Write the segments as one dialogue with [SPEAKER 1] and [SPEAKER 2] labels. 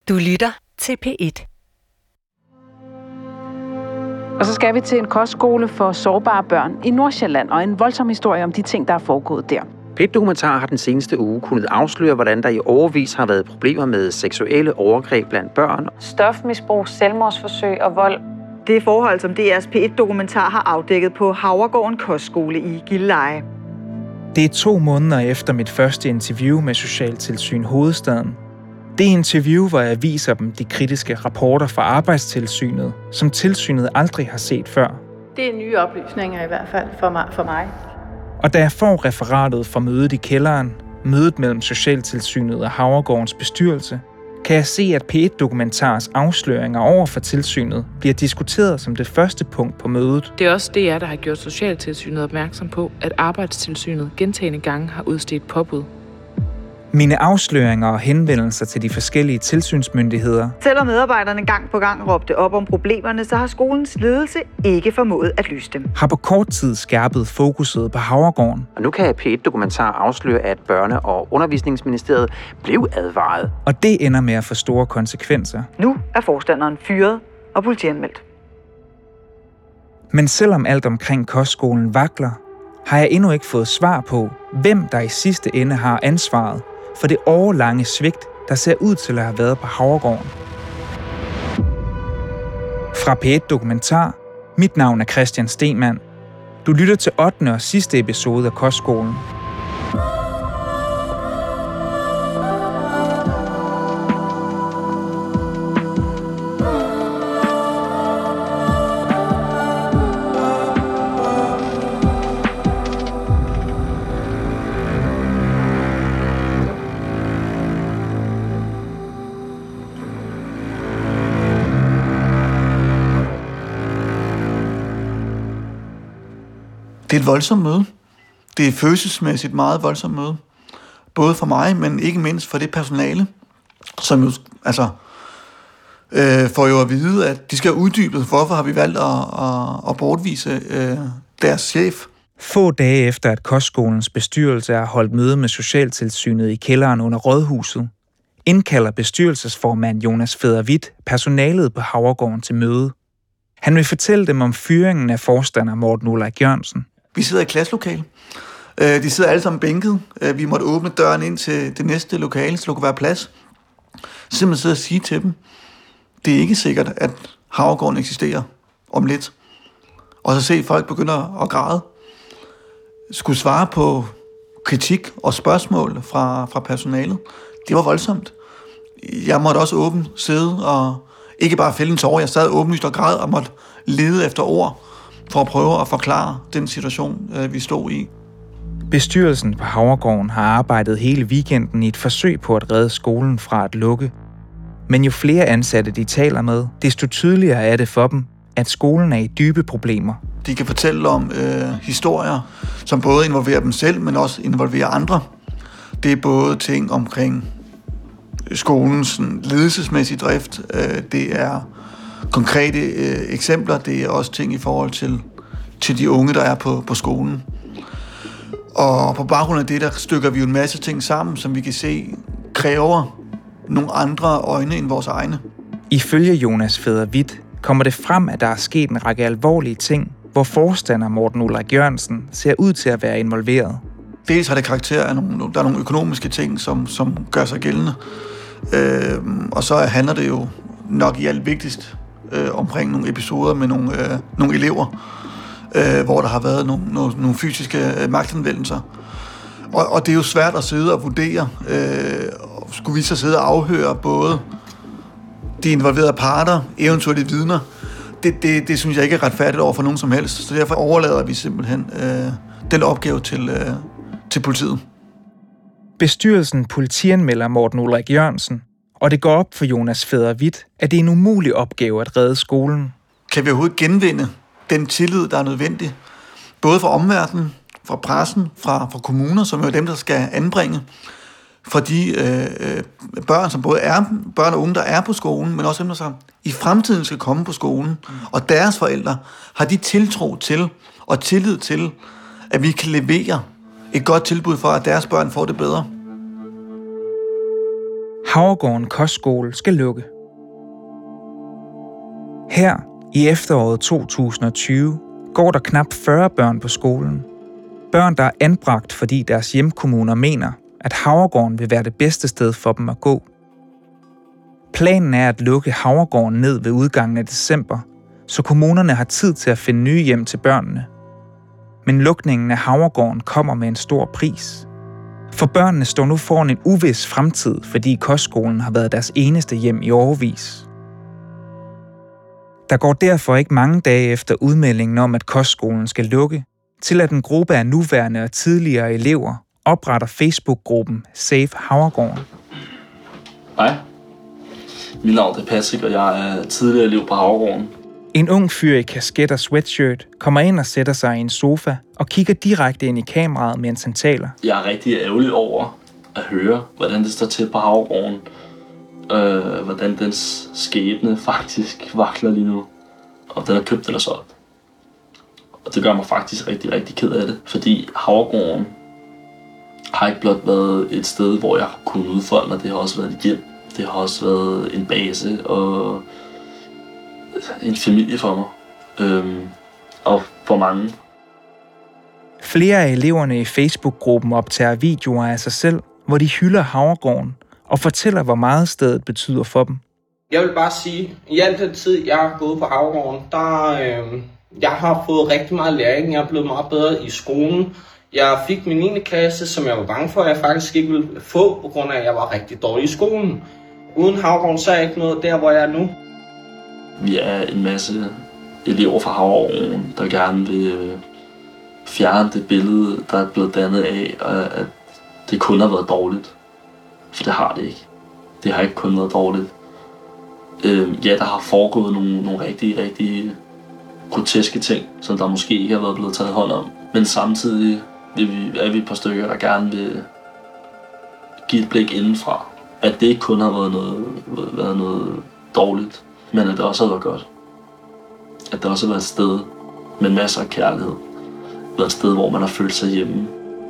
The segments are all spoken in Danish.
[SPEAKER 1] Du lytter til P1.
[SPEAKER 2] Og så skal vi til en kostskole for sårbare børn i Nordsjælland, og en voldsom historie om de ting, der er foregået der.
[SPEAKER 3] P1-dokumentar har den seneste uge kunnet afsløre, hvordan der i årevis har været problemer med seksuelle overgreb blandt børn.
[SPEAKER 2] Stofmisbrug, selvmordsforsøg og vold.
[SPEAKER 4] Det forhold, som DR's P1-dokumentar har afdækket på Havregården Kostskole i Gilleleje.
[SPEAKER 5] Det er 2 måneder efter mit første interview med Socialtilsyn Hovedstaden. Det interview, hvor jeg viser dem de kritiske rapporter fra Arbejdstilsynet, som tilsynet aldrig har set før.
[SPEAKER 6] Det er nye oplysninger i hvert fald for mig.
[SPEAKER 5] Og da jeg får referatet fra mødet i kælderen, mødet mellem Socialtilsynet og Havregårdens bestyrelse, kan jeg se, at P1-dokumentars afsløringer over for tilsynet bliver diskuteret som det første punkt på mødet.
[SPEAKER 7] Det er også DR, der har gjort Socialtilsynet opmærksom på, at Arbejdstilsynet gentagne gange har udstedt påbud.
[SPEAKER 5] Mine afsløringer og henvendelser til de forskellige tilsynsmyndigheder.
[SPEAKER 4] Selvom medarbejderne gang på gang råbte op om problemerne, så har skolens ledelse ikke formået at løse dem.
[SPEAKER 5] Har på kort tid skærpet fokuset på Havregården.
[SPEAKER 3] Og nu kan P1-dokumentar afsløre, at Børne- og Undervisningsministeriet blev advaret.
[SPEAKER 5] Og det ender med at få store konsekvenser.
[SPEAKER 4] Nu er forstanderen fyret og politianmeldt.
[SPEAKER 5] Men selvom alt omkring kostskolen vakler, har jeg endnu ikke fået svar på, hvem der i sidste ende har ansvaret for det årelange svigt, der ser ud til at have været på Havregården. Fra P1 Dokumentar. Mit navn er Christian Stemann. Du lytter til 8. og sidste episode af Kostskolen.
[SPEAKER 8] Det er et voldsomt møde. Det er følelsesmæssigt meget voldsomt møde. Både for mig, men ikke mindst for det personale, som jo får jo at vide, at de skal uddybe, hvorfor har vi valgt at bortvise deres chef.
[SPEAKER 5] Få dage efter, at kostskolens bestyrelse har holdt møde med Socialtilsynet i kælderen under Rådhuset, indkalder bestyrelsesformand Jonas Fæder-Hvidt personalet på Havregården til møde. Han vil fortælle dem om fyringen af forstander Morten Ulrik Jørgensen.
[SPEAKER 8] Vi sidder i klasselokale. De sidder alle sammen bænket. Vi måtte åbne døren ind til det næste lokale, så der kunne være plads. Simpelthen sidde og sige til dem, det er ikke sikkert, at Havregården eksisterer om lidt. Og så se folk begynder at græde. Skulle svare på kritik og spørgsmål fra personalet. Det var voldsomt. Jeg måtte også åbent sidde og ikke bare fælde en tårer. Jeg sad åbenlyst og græd og måtte lede efter ord for at prøve at forklare den situation, vi stod i.
[SPEAKER 5] Bestyrelsen på Havregården har arbejdet hele weekenden i et forsøg på at redde skolen fra at lukke. Men jo flere ansatte de taler med, desto tydeligere er det for dem, at skolen er i dybe problemer.
[SPEAKER 8] De kan fortælle om historier, som både involverer dem selv, men også involverer andre. Det er både ting omkring skolens ledelsesmæssige drift, det er konkrete eksempler, det er også ting i forhold til de unge, der er på skolen. Og på baggrund af det, der stykker vi jo en masse ting sammen, som vi kan se kræver nogle andre øjne end vores egne.
[SPEAKER 5] Ifølge Jonas Fæder-Hvidt kommer det frem, at der er sket en række alvorlige ting, hvor forstander Morten Ulrik Jørgensen ser ud til at være involveret.
[SPEAKER 8] Dels har det karakter af der er nogle økonomiske ting, som gør sig gældende. Og så handler det jo nok i alt vigtigst omkring nogle episoder med nogle elever, hvor der har været nogle fysiske magtanvendelser. Og det er jo svært at sidde og vurdere. Skulle vi så sidde og afhøre både de involverede parter, eventuelle vidner? Det synes jeg ikke er retfærdigt over for nogen som helst. Så derfor overlader vi simpelthen den opgave til politiet.
[SPEAKER 5] Bestyrelsen politianmelder Morten Ulrik Jørgensen, og det går op for Jonas Fæder-Hvidt, at det er en umulig opgave at redde skolen.
[SPEAKER 8] Kan vi overhovedet genvinde den tillid, der er nødvendig? Både fra omverdenen, fra pressen, fra kommuner, som er dem, der skal anbringe, for de børn, som både er børn og unge, der er på skolen, men også dem, der så i fremtiden skal komme på skolen, og deres forældre, har de tiltro til og tillid til, at vi kan levere et godt tilbud for, at deres børn får det bedre.
[SPEAKER 5] Havregården Kostskole skal lukke. Her i efteråret 2020 går der knap 40 børn på skolen. Børn, der er anbragt, fordi deres hjemkommuner mener, at Havregården vil være det bedste sted for dem at gå. Planen er at lukke Havregården ned ved udgangen af december, så kommunerne har tid til at finde nye hjem til børnene. Men lukningen af Havregården kommer med en stor pris. For børnene står nu foran en uvis fremtid, fordi kostskolen har været deres eneste hjem i årevis. Der går derfor ikke mange dage efter udmeldingen om, at kostskolen skal lukke, til at en gruppe af nuværende og tidligere elever opretter Facebook-gruppen Save Havregården.
[SPEAKER 1] Hej. Mit navn er Patrick, og jeg er tidligere elev på Havregården.
[SPEAKER 5] En ung fyr i kasket og sweatshirt kommer ind og sætter sig i en sofa og kigger direkte ind i kameraet, mens han taler.
[SPEAKER 1] Jeg er rigtig ærgerlig over at høre, hvordan det står til på Havregården. Hvordan dens skæbne faktisk vakler lige nu. Og den er købt eller solgt. Og det gør mig faktisk rigtig, rigtig ked af det. Fordi Havregården har ikke blot været et sted, hvor jeg kunne udfolde mig. Det har også været et hjem. Det har også været en base og en familie for mig. Og for mange.
[SPEAKER 5] Flere af eleverne i Facebook-gruppen optager videoer af sig selv, hvor de hylder Havregården og fortæller, hvor meget stedet betyder for dem.
[SPEAKER 9] Jeg vil bare sige, i al den tid, jeg har gået på Havregården, jeg har fået rigtig meget læring. Jeg er blevet meget bedre i skolen. Jeg fik min 9. klasse, som jeg var bange for, at jeg faktisk ikke ville få, på grund af, at jeg var rigtig dårlig i skolen. Uden Havregården, så er jeg ikke noget der, hvor jeg er nu.
[SPEAKER 1] Vi er en masse elever fra Havregården, der gerne vil fjerne det billede, der er blevet dannet af, at det kun har været dårligt. For det har det ikke. Det har ikke kun været dårligt. Ja, der har foregået nogle rigtig, rigtig groteske ting, som der måske ikke har været blevet taget hånd om. Men samtidig er vi et par stykker, der gerne vil give et blik indenfra. At det ikke kun har været noget dårligt, men at det også har været godt. At det også har været et sted med masser af kærlighed. Et sted, hvor man har følt sig hjemme.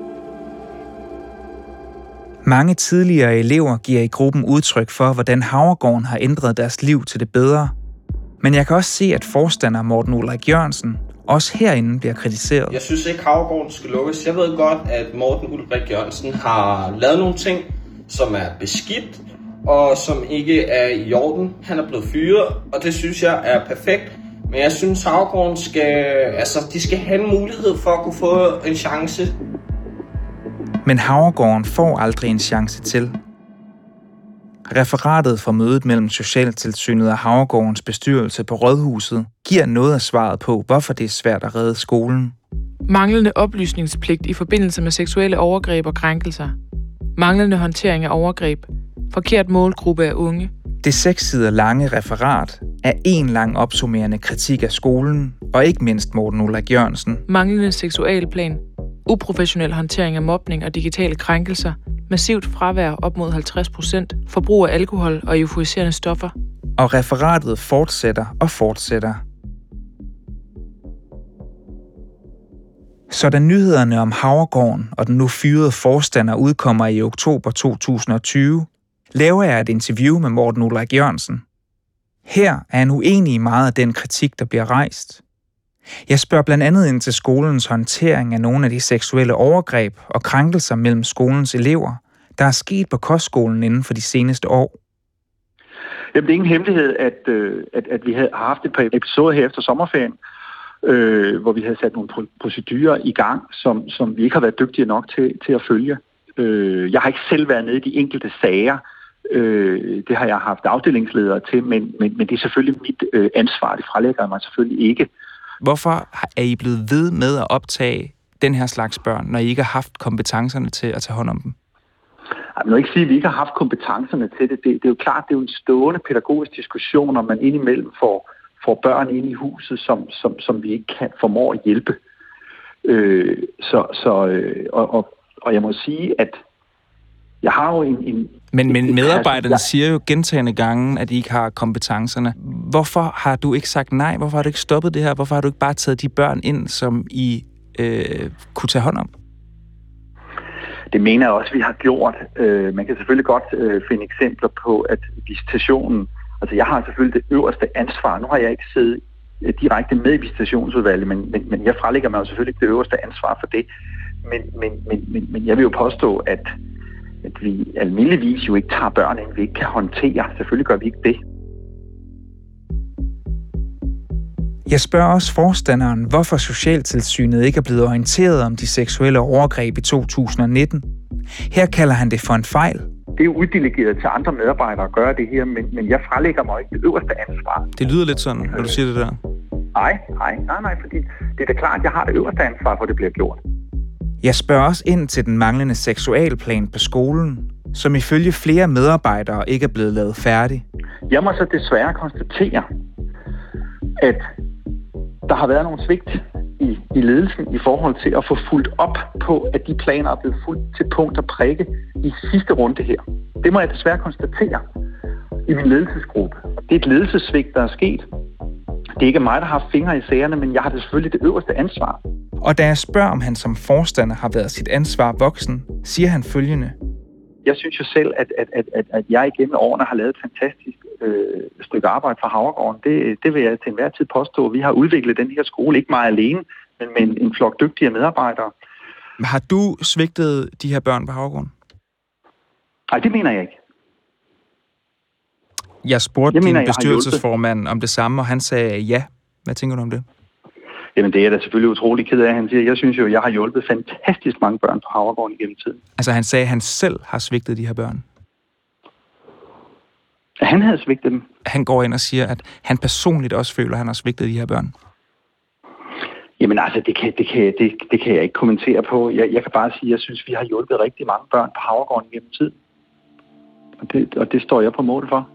[SPEAKER 5] Mange tidligere elever giver i gruppen udtryk for, hvordan Havregården har ændret deres liv til det bedre. Men jeg kan også se, at forstander Morten Ulrik Jørgensen også herinde bliver kritiseret.
[SPEAKER 9] Jeg synes ikke, Havregården skal lukkes. Jeg ved godt, at Morten Ulrik Jørgensen har lavet nogle ting, som er beskidt og som ikke er i orden. Han er blevet fyret, og det synes jeg er perfekt. Men jeg synes, Havregården skal have en mulighed for at kunne få en chance.
[SPEAKER 5] Men Havregården får aldrig en chance til. Referatet fra mødet mellem Socialtilsynet og Havregårdens bestyrelse på Rådhuset giver noget af svaret på, hvorfor det er svært at redde skolen.
[SPEAKER 7] Manglende oplysningspligt i forbindelse med seksuelle overgreb og krænkelser. Manglende håndtering af overgreb. Forkert målgruppe af unge.
[SPEAKER 5] Det 6 sider lange referat er en lang opsummerende kritik af skolen, og ikke mindst Morten Ulrik Jørgensen.
[SPEAKER 7] Manglende seksualplan. Uprofessionel håndtering af mobning og digitale krænkelser. Massivt fravær op mod 50%. Forbrug af alkohol og euforiserende stoffer.
[SPEAKER 5] Og referatet fortsætter og fortsætter. Så da nyhederne om Havregården og den nu fyrede forstander udkommer i oktober 2020, laver jeg et interview med Morten Ulrik Jørgensen. Her er han uenig i meget af den kritik, der bliver rejst. Jeg spørger blandt andet ind til skolens håndtering af nogle af de seksuelle overgreb og krænkelser mellem skolens elever, der er sket på kostskolen inden for de seneste år.
[SPEAKER 10] Jamen, det er ingen hemmelighed, at vi har haft et par episoder her efter sommerferien, hvor vi havde sat nogle procedurer i gang, som vi ikke har været dygtige nok til at følge. Jeg har ikke selv været nede i de enkelte sager. Det har jeg haft afdelingsledere til, men det er selvfølgelig mit ansvar. Det fralægger jeg mig selvfølgelig ikke.
[SPEAKER 5] Hvorfor er I blevet ved med at optage den her slags børn, når I ikke har haft kompetencerne til at tage hånd om dem?
[SPEAKER 10] Jeg vil ikke sige, at vi ikke har haft kompetencerne til det. Det er jo klart, det er jo en stående pædagogisk diskussion, når man indimellem får børn ind i huset, som vi ikke kan formå at hjælpe. Og jeg må sige, at jeg har jo en
[SPEAKER 5] Men medarbejderne siger jo gentagne gange, at I ikke har kompetencerne. Hvorfor har du ikke sagt nej? Hvorfor har du ikke stoppet det her? Hvorfor har du ikke bare taget de børn ind, som I kunne tage hånd om?
[SPEAKER 10] Det mener jeg også, vi har gjort. Man kan selvfølgelig godt finde eksempler på, at visitationen, altså jeg har selvfølgelig det øverste ansvar. Nu har jeg ikke siddet direkte med i visitationsudvalget, men jeg frelægger mig jo selvfølgelig det øverste ansvar for det. Men jeg vil jo påstå, at vi almindeligvis jo ikke tager børn ind, vi ikke kan håndtere. Selvfølgelig gør vi ikke det.
[SPEAKER 5] Jeg spørger også forstanderen, hvorfor Socialtilsynet ikke er blevet orienteret om de seksuelle overgreb i 2019. Her kalder han det for en fejl.
[SPEAKER 10] Det er jo uddelegeret til andre medarbejdere at gøre det her, men jeg frelægger mig ikke det øverste ansvar.
[SPEAKER 11] Det lyder lidt sådan, når du siger det der.
[SPEAKER 10] Nej, fordi det er da klart, at jeg har det øverste ansvar for, at det bliver gjort.
[SPEAKER 5] Jeg spørger også ind til den manglende seksualplan på skolen, som ifølge flere medarbejdere ikke er blevet lavet færdig.
[SPEAKER 10] Jeg må så desværre konstatere, at der har været nogle svigt i ledelsen i forhold til at få fulgt op på, at de planer er blevet fulgt til punkt og prikke i sidste runde her. Det må jeg desværre konstatere i min ledelsesgruppe. Det er et ledelsessvigt, der er sket. Det er ikke mig, der har fingre i sagerne, men jeg har det selvfølgelig det øverste ansvar.
[SPEAKER 5] Og da jeg spørger, om han som forstander har været sit ansvar voksen, siger han følgende.
[SPEAKER 10] Jeg synes jo selv, at jeg igennem årene har lavet et fantastisk stykke arbejde for Havregården. Det vil jeg til enhver tid påstå. Vi har udviklet den her skole, ikke mig alene, men med en flok dygtige medarbejdere.
[SPEAKER 11] Har du svigtet de her børn på Havregården?
[SPEAKER 10] Nej, det mener jeg ikke.
[SPEAKER 11] Jeg spurgte din bestyrelsesformand om det samme, og han sagde ja. Hvad tænker du om det?
[SPEAKER 10] Jamen, det er da selvfølgelig utrolig ked af. Han siger, jeg synes jo, jeg har hjulpet fantastisk mange børn på Havregården igennem tiden.
[SPEAKER 11] Altså, han sagde, at han selv har svigtet de her børn?
[SPEAKER 10] Han havde svigtet dem.
[SPEAKER 11] Han går ind og siger, at han personligt også føler, at han har svigtet de her børn. Jamen altså, det kan jeg ikke kommentere på. Jeg kan bare sige, at jeg synes, vi har hjulpet rigtig mange børn på Havregården igennem tiden. Og det står jeg på mål for.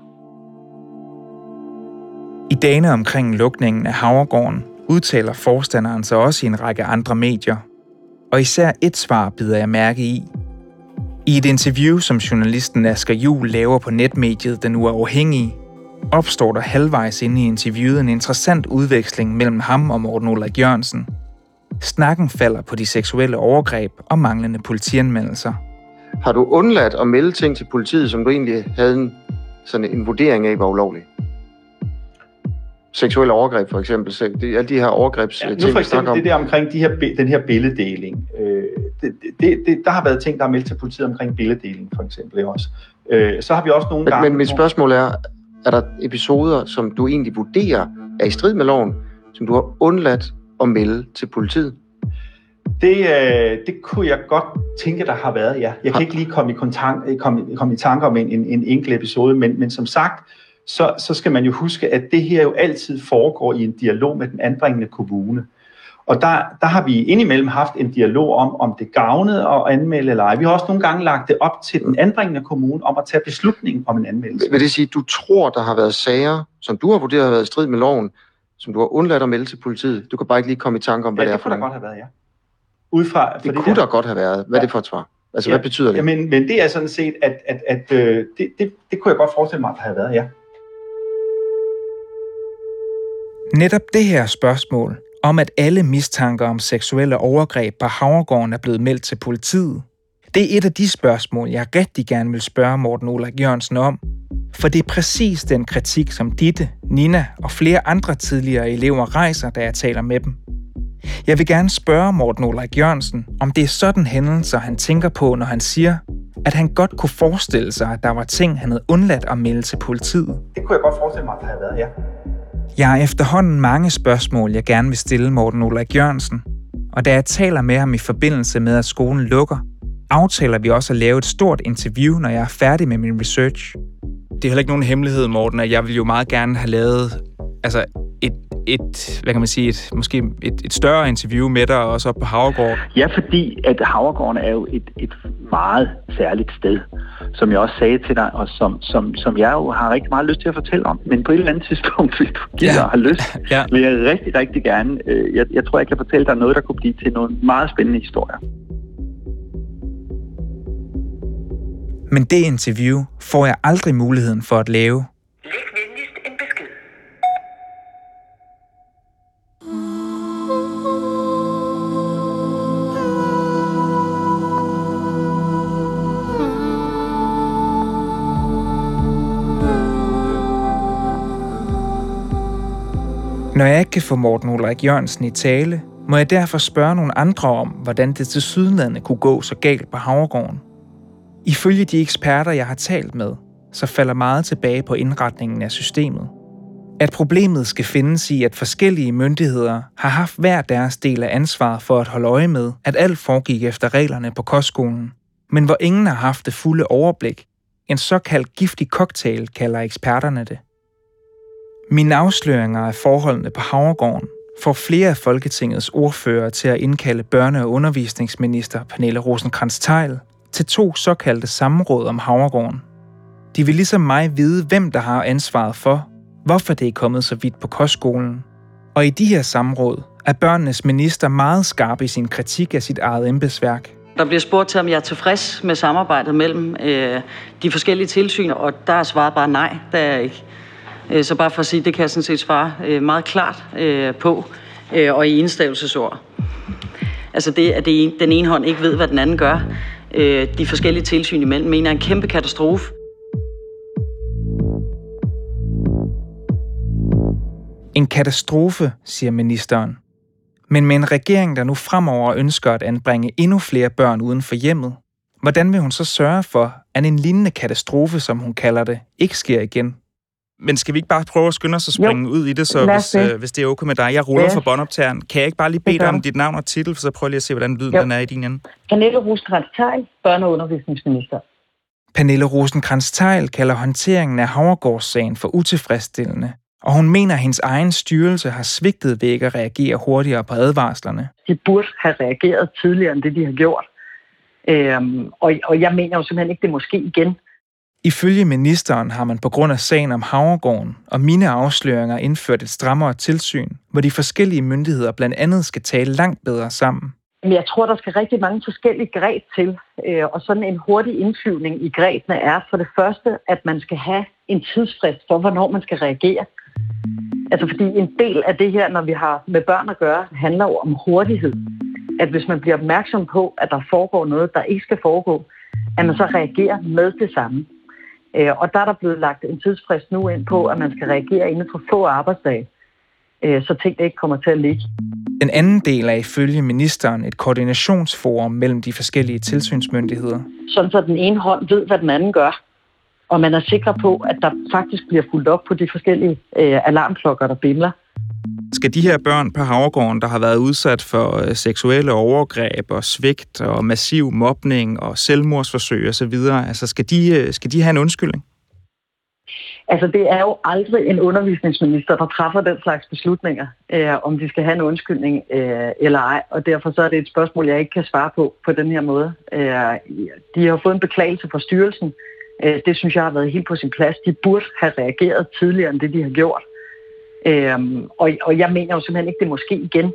[SPEAKER 5] I dagene omkring lukningen af Havregården udtaler forstanderen sig også i en række andre medier. Og især et svar bider jeg mærke i. I et interview, som journalisten Asger Juhl laver på netmediet Den Uafhængige, opstår der halvvejs inde i interviewet en interessant udveksling mellem ham og Morten Ulrik Jørgensen. Snakken falder på de seksuelle overgreb og manglende politianmeldelser.
[SPEAKER 12] Har du undladt at melde ting til politiet, som du egentlig havde en vurdering af, var ulovligt? Seksuelle overgreb for eksempel, alle de her overgrebs...
[SPEAKER 13] Ja, nu for eksempel det der omkring den her billeddeling. Der har været ting, der er meldt til politiet omkring billeddeling for eksempel også. Så har vi også nogle gange...
[SPEAKER 12] Men mit spørgsmål er der episoder, som du egentlig vurderer er i strid med loven, som du har undladt at melde til politiet?
[SPEAKER 13] Det kunne jeg godt tænke, der har været, ja. Jeg kan ikke lige komme i tanke om en enkelt episode, men som sagt, så skal man jo huske, at det her jo altid foregår i en dialog med den anbringende kommune. Og der har vi indimellem haft en dialog om det gavnede at anmelde eller ej. Vi har også nogle gange lagt det op til den anbringende kommune om at tage beslutningen om en anmeldelse.
[SPEAKER 12] Vil det sige, at du tror, der har været sager, som du har vurderet har været i strid med loven, som du har undladt at melde til politiet? Du kan bare ikke lige komme i tanke om, hvad det er for
[SPEAKER 13] noget. Det kunne da godt have været, ja. Udefra,
[SPEAKER 12] det kunne da godt have været. Hvad er det for et svar? Altså, hvad betyder det?
[SPEAKER 13] Ja, men det er sådan set, at det kunne jeg godt forestille mig, at der havde været, ja.
[SPEAKER 5] Netop det her spørgsmål om, at alle mistanker om seksuelle overgreb på Havregården er blevet meldt til politiet, det er et af de spørgsmål, jeg rigtig gerne vil spørge Morten Ulrik Jørgensen om. For det er præcis den kritik, som Ditte, Nina og flere andre tidligere elever rejser, da jeg taler med dem. Jeg vil gerne spørge Morten Ulrik Jørgensen, om det er sådan hændelser, han tænker på, når han siger, at han godt kunne forestille sig, at der var ting, han havde undladt at melde til politiet.
[SPEAKER 13] Det kunne jeg godt forestille mig, at der havde været, ja.
[SPEAKER 5] Jeg har efterhånden mange spørgsmål, jeg gerne vil stille Morten Ulrik Jørgensen. Og da jeg taler med ham i forbindelse med, at skolen lukker, aftaler vi også at lave et stort interview, når jeg er færdig med min research.
[SPEAKER 11] Det er heller ikke nogen hemmelighed, Morten, at jeg vil jo meget gerne have lavet et større interview med dig også op på Havregården.
[SPEAKER 10] Ja, fordi at Havregården er jo et meget særligt sted, som jeg også sagde til dig, og som jeg jo har rigtig meget lyst til at fortælle om. Men på et eller andet tidspunkt, hvis du gider har lyst, vil jeg rigtig, rigtig gerne. Jeg tror, jeg kan fortælle dig noget, der kunne blive til nogle meget spændende historier.
[SPEAKER 5] Men det interview får jeg aldrig muligheden for at lave.
[SPEAKER 14] Læg venligst en besked.
[SPEAKER 5] Når jeg ikke kan få Morten Ulrik Jørgensen i tale, må jeg derfor spørge nogle andre om, hvordan det tilsyneladende kunne gå så galt på Havregården. Ifølge de eksperter, jeg har talt med, så falder meget tilbage på indretningen af systemet. At problemet skal findes i, at forskellige myndigheder har haft hver deres del af ansvaret for at holde øje med, at alt foregik efter reglerne på kostskolen, men hvor ingen har haft det fulde overblik. En såkaldt giftig cocktail kalder eksperterne det. Mine afsløringer af forholdene på Havregården får flere af Folketingets ordførere til at indkalde børne- og undervisningsminister Pernille Rosenkrantz-Theil til 2 såkaldte samråd om Havregården. De vil ligesom mig vide, hvem der har ansvaret for, hvorfor det er kommet så vidt på kostskolen. Og i de her samråd er børnenes minister meget skarp i sin kritik af sit eget embedsværk.
[SPEAKER 15] Der bliver spurgt til, om jeg er tilfreds med samarbejdet mellem de forskellige tilsyn, og der er svaret bare nej, det er jeg ikke. Så bare for at sige, det kan jeg sådan set svare meget klart på, og i enstavelsesord. Altså det, at den ene hånd ikke ved, hvad den anden gør, de forskellige tilsyn imellem, mener er en kæmpe katastrofe.
[SPEAKER 5] En katastrofe, siger ministeren. Men med en regering, der nu fremover ønsker at anbringe endnu flere børn uden for hjemmet, hvordan vil hun så sørge for, at en lignende katastrofe, som hun kalder det, ikke sker igen? Men skal vi ikke bare prøve at skynde os at springe ud i det, så hvis det er okay med dig? Jeg ruller for båndoptageren. Kan jeg ikke bare lige bede dig om dit navn og titel, så prøv lige at se, hvordan lyden den er i din ende?
[SPEAKER 15] Pernille Rosenkrantz-Theil, børne- og undervisningsminister.
[SPEAKER 5] Pernille Rosenkrantz-Theil kalder håndteringen af Havregårdssagen for utilfredsstillende, og hun mener, at hendes egen styrelse har svigtet ved ikke at reagere hurtigere på advarslerne.
[SPEAKER 15] De burde have reageret tidligere end det, de har gjort. Og jeg mener jo simpelthen ikke, det måske igen.
[SPEAKER 5] Ifølge ministeren har man på grund af sagen om Havregården og mine afsløringer indført et strammere tilsyn, hvor de forskellige myndigheder blandt andet skal tale langt bedre sammen.
[SPEAKER 15] Jeg tror, der skal rigtig mange forskellige greb til, og sådan en hurtig indflyvning i grebene er for det første, at man skal have en tidsfrist for, hvornår man skal reagere. Altså fordi en del af det her, når vi har med børn at gøre, handler jo om hurtighed. At hvis man bliver opmærksom på, at der foregår noget, der ikke skal foregå, at man så reagerer med det samme. Og der er der blevet lagt en tidsfrist nu ind på, at man skal reagere inden for få arbejdsdage, så ting ikke kommer til at ligge.
[SPEAKER 5] Den anden del er ifølge ministeren et koordinationsforum mellem de forskellige tilsynsmyndigheder.
[SPEAKER 15] Sådan så den ene hånd ved, hvad den anden gør, og man er sikker på, at der faktisk bliver fulgt op på de forskellige alarmklokker, der bimler.
[SPEAKER 5] Skal de her børn på Havregården, der har været udsat for seksuelle overgreb og svigt og massiv mobning og selvmordsforsøg osv., altså skal de have en undskyldning?
[SPEAKER 15] Altså det er jo aldrig en undervisningsminister, der træffer den slags beslutninger, om de skal have en undskyldning eller ej, og derfor så er det et spørgsmål, jeg ikke kan svare på den her måde. De har fået en beklagelse fra styrelsen. Det synes jeg har været helt på sin plads. De burde have reageret tidligere end det, de har gjort. Og jeg mener jo simpelthen ikke, det måske igen.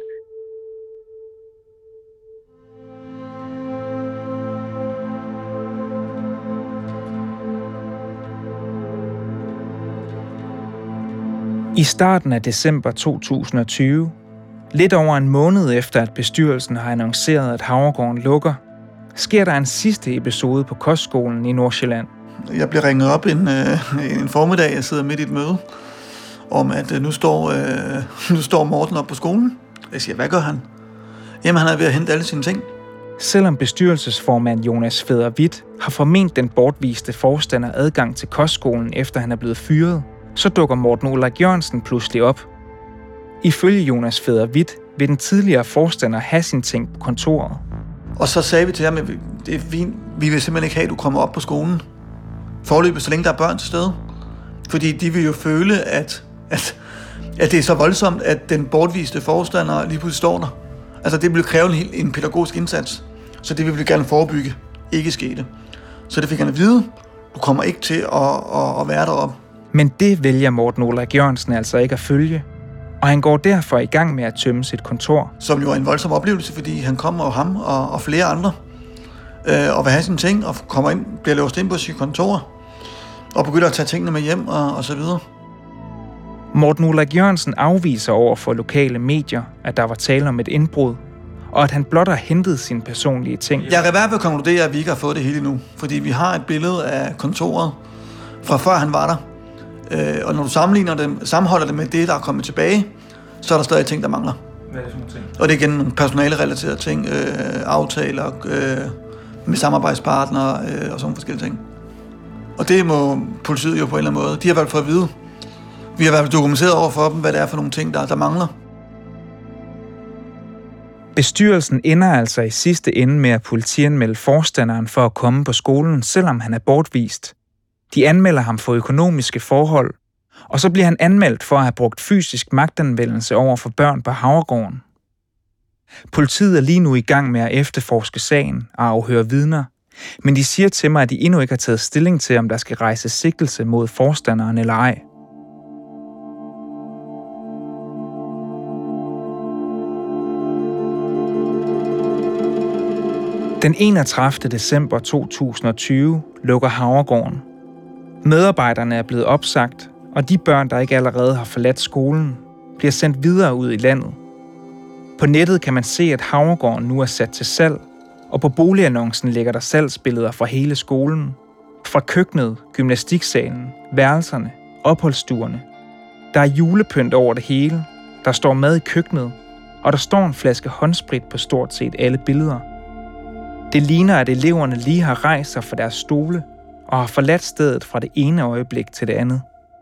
[SPEAKER 5] I starten af december 2020, lidt over en måned efter, at bestyrelsen har annonceret, at Havregården lukker, sker der en sidste episode på kostskolen i Nordsjælland.
[SPEAKER 8] Jeg bliver ringet op en formiddag, jeg sidder midt i et møde, om at nu står Morten op på skolen. Jeg siger, hvad gør han? Jamen, han er ved at hente alle sine ting.
[SPEAKER 5] Selvom bestyrelsesformand Jonas Fæder-Hvidt har forment den bortviste forstander adgang til kostskolen, efter han er blevet fyret, så dukker Morten Ulrik Jørgensen pludselig op. Ifølge Jonas Fæder-Hvidt vil den tidligere forstander have sine ting på kontoret.
[SPEAKER 8] Og så sagde vi til ham, at det er fint. Vi vil simpelthen ikke have, at du kommer op på skolen. Forløbet, så længe der er børn til stede. Fordi de vil jo føle, at det er så voldsomt, at den bortviste forstander lige pludselig står der. Altså det vil kræve en pædagogisk indsats. Så det vil vi gerne forebygge. Ikke skete. Så det fik han at vide. Du kommer ikke til at være deroppe.
[SPEAKER 5] Men det vælger Morten Ulrik Jørgensen altså ikke at følge. Og han går derfor i gang med at tømme sit kontor.
[SPEAKER 8] Som jo er en voldsom oplevelse, fordi han kommer og ham og flere andre og vil have sine ting og kommer ind, bliver låst ind på sit kontor og begynder at tage tingene med hjem og så videre.
[SPEAKER 5] Morten Ulrik Jørgensen afviser over for lokale medier, at der var tale om et indbrud, og at han blot har hentet sine personlige ting.
[SPEAKER 8] Jeg kan i hvert fald konkludere, at vi ikke har fået det hele endnu, fordi vi har et billede af kontoret fra før han var der. Og når du sammenholder det med det, der er kommet tilbage, så er der stadig ting, der mangler.
[SPEAKER 5] Hvad er det for nogle ting?
[SPEAKER 8] Og det er igen nogle personalerelaterede ting, aftaler med samarbejdspartnere og sådan forskellige ting. Og det må politiet jo på en eller anden måde. De har været for at vide. Vi har været dokumenteret over for dem, hvad det er for nogle ting, der mangler.
[SPEAKER 5] Bestyrelsen ender altså i sidste ende med at politianmelde forstanderen for at komme på skolen, selvom han er bortvist. De anmelder ham for økonomiske forhold, og så bliver han anmeldt for at have brugt fysisk magtanvendelse over for børn på Havregården. Politiet er lige nu i gang med at efterforske sagen og afhøre vidner, men de siger til mig, at de endnu ikke har taget stilling til, om der skal rejses sigtelse mod forstanderen eller ej. Den 31. december 2020 lukker Havregården. Medarbejderne er blevet opsagt, og de børn, der ikke allerede har forladt skolen, bliver sendt videre ud i landet. På nettet kan man se, at Havregården nu er sat til salg, og på boligannoncen ligger der salgsbilleder fra hele skolen. Fra køkkenet, gymnastiksalen, værelserne, opholdsstuerne. Der er julepynt over det hele, der står mad i køkkenet, og der står en flaske håndsprit på stort set alle billeder. Det ligner, at eleverne lige har rejst sig fra deres stole og har forladt stedet fra det ene øjeblik til det andet.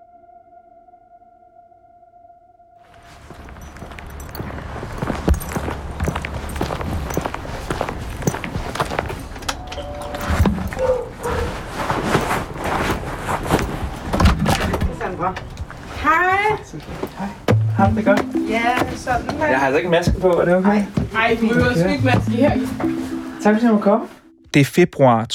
[SPEAKER 16] Hej.
[SPEAKER 5] Har du det godt?
[SPEAKER 16] Ja, sådan her.
[SPEAKER 5] Jeg har altså ikke maske på, er det okay?
[SPEAKER 16] Nej, du behøver sgu ikke maske her.
[SPEAKER 5] Tak fordi du kom. Det er februar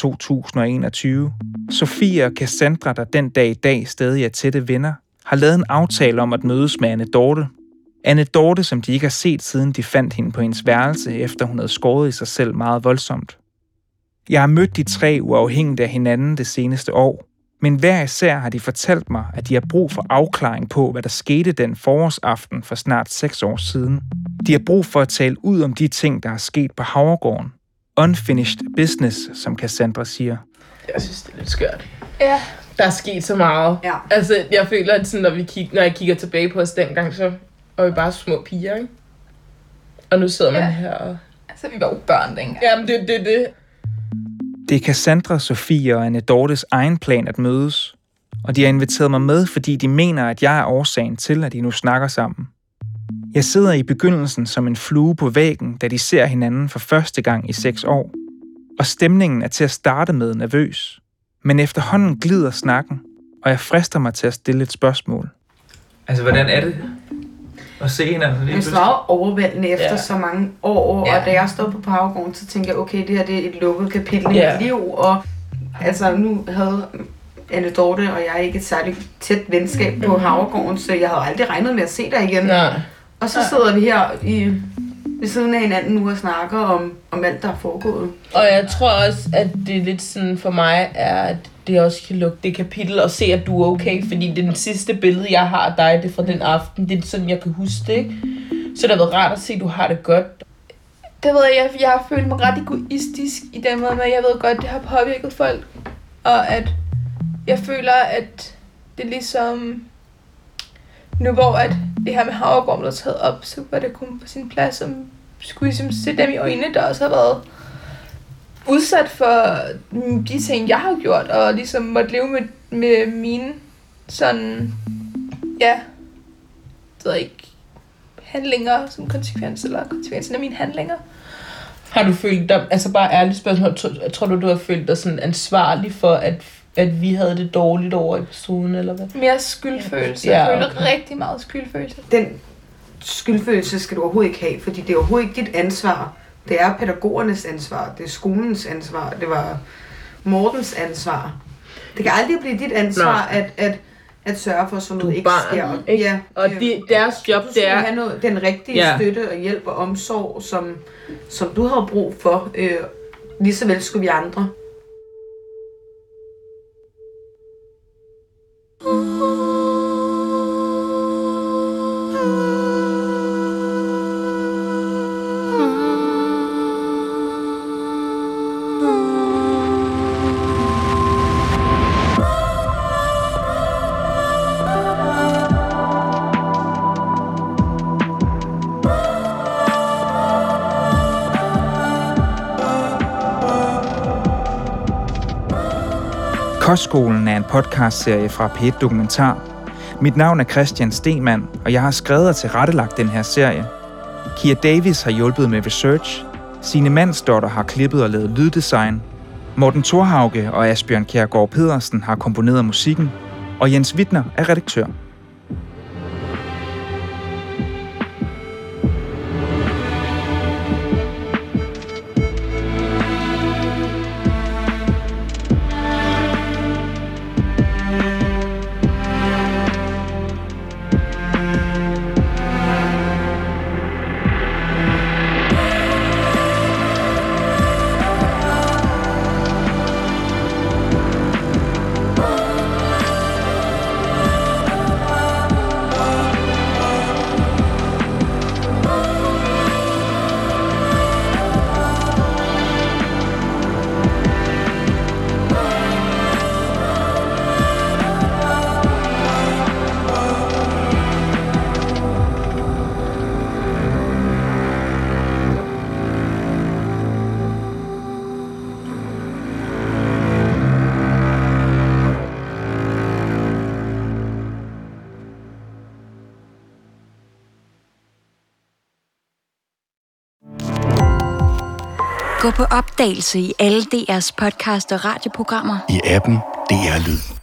[SPEAKER 5] 2021. Sofie og Cassandra, der den dag i dag stadig er tætte venner, har lavet en aftale om at mødes med Anne Dorte. Anne Dorte, som de ikke har set siden de fandt hende på hendes værelse, efter hun havde skåret i sig selv meget voldsomt. Jeg har mødt de tre uafhængigt af hinanden det seneste år, men hver især har de fortalt mig, at de har brug for afklaring på, hvad der skete den forårsaften for snart 6 år siden. De har brug for at tale ud om de ting, der er sket på Havregården. Unfinished business, som Cassandra siger.
[SPEAKER 17] Jeg synes, det er lidt skørt.
[SPEAKER 16] Ja.
[SPEAKER 17] Der er sket så meget.
[SPEAKER 16] Ja.
[SPEAKER 17] Altså, jeg føler, at sådan, når jeg kigger tilbage på os dengang, så var vi bare små piger, ikke? Og nu sidder man her og...
[SPEAKER 16] Altså, vi var jo børn dengang.
[SPEAKER 17] Jamen, det.
[SPEAKER 5] Det er Cassandra, Sofie og Anne Dortes egen plan at mødes. Og de har inviteret mig med, fordi de mener, at jeg er årsagen til, at de nu snakker sammen. Jeg sidder i begyndelsen som en flue på væggen, da de ser hinanden for første gang i 6 år. Og stemningen er til at starte med nervøs. Men efterhånden glider snakken, og jeg frister mig til at stille et spørgsmål. Altså, hvordan er det at se hinanden?
[SPEAKER 16] Det var overvældende efter så mange år, og da jeg stod på Havregården, så tænkte jeg, okay, det her det er et lukket kapitel i mit liv, og altså nu havde Anne Dorte og jeg ikke et særligt tæt venskab på Havregården, så jeg havde aldrig regnet med at se dig igen.
[SPEAKER 17] Nej.
[SPEAKER 16] Og så sidder vi her ved siden af hinanden nu og snakker om alt, der er foregået.
[SPEAKER 17] Og jeg tror også, at det er lidt sådan for mig, er, at det også kan lukke det kapitel og se, at du er okay. Fordi det er den sidste billede, jeg har af dig, det er fra den aften. Det er sådan, jeg kan huske det, ikke? Så det har været rart at se, at du har det godt.
[SPEAKER 18] Det ved jeg har følt mig ret egoistisk i den måde, men jeg ved godt, det har påvirket folk. Og at jeg føler, at det er ligesom... Nu hvor at det her med Havregården blev taget op, så var det kun på sin plads, som skulle ligesom se dem i øjnene, der også har været udsat for de ting, jeg har gjort, og ligesom måtte leve med mine sådan, ja, det ved jeg ikke, handlinger som konsekvens, eller konsekvensen af mine handlinger.
[SPEAKER 17] Har du følt dig, altså bare ærligt spørgsmål, tror du har følt dig sådan ansvarlig for, at vi havde det dårligt over episoden, eller hvad?
[SPEAKER 18] Mere skyldfølelse. Jeg føler rigtig meget skyldfølelse.
[SPEAKER 16] Den skyldfølelse skal du overhovedet ikke have, fordi det er overhovedet ikke dit ansvar. Det er pædagogernes ansvar, det er skolens ansvar, det var Mortens ansvar. Det kan aldrig blive dit ansvar, at sørge for, at sådan noget ikke sker.
[SPEAKER 17] Ikke?
[SPEAKER 16] Ja,
[SPEAKER 17] og deres job, det er...
[SPEAKER 16] have noget, den rigtige støtte og hjælp og omsorg, som du har brug for. Lige så vel skulle vi andre.
[SPEAKER 5] Kostskolen er en podcastserie fra P1 Dokumentar. Mit navn er Christian Stemann, og jeg har skrevet og tilrettelagt den her serie. Kia Davis har hjulpet med research, Signe Mandsdotter har klippet og lavet lyddesign, Morten Thorhauge og Asbjørn Kjærgaard Pedersen har komponeret musikken, og Jens Wittner er redaktør.
[SPEAKER 19] Gå på opdagelse i alle DR's podcast og radioprogrammer.
[SPEAKER 20] I appen DR Lyd.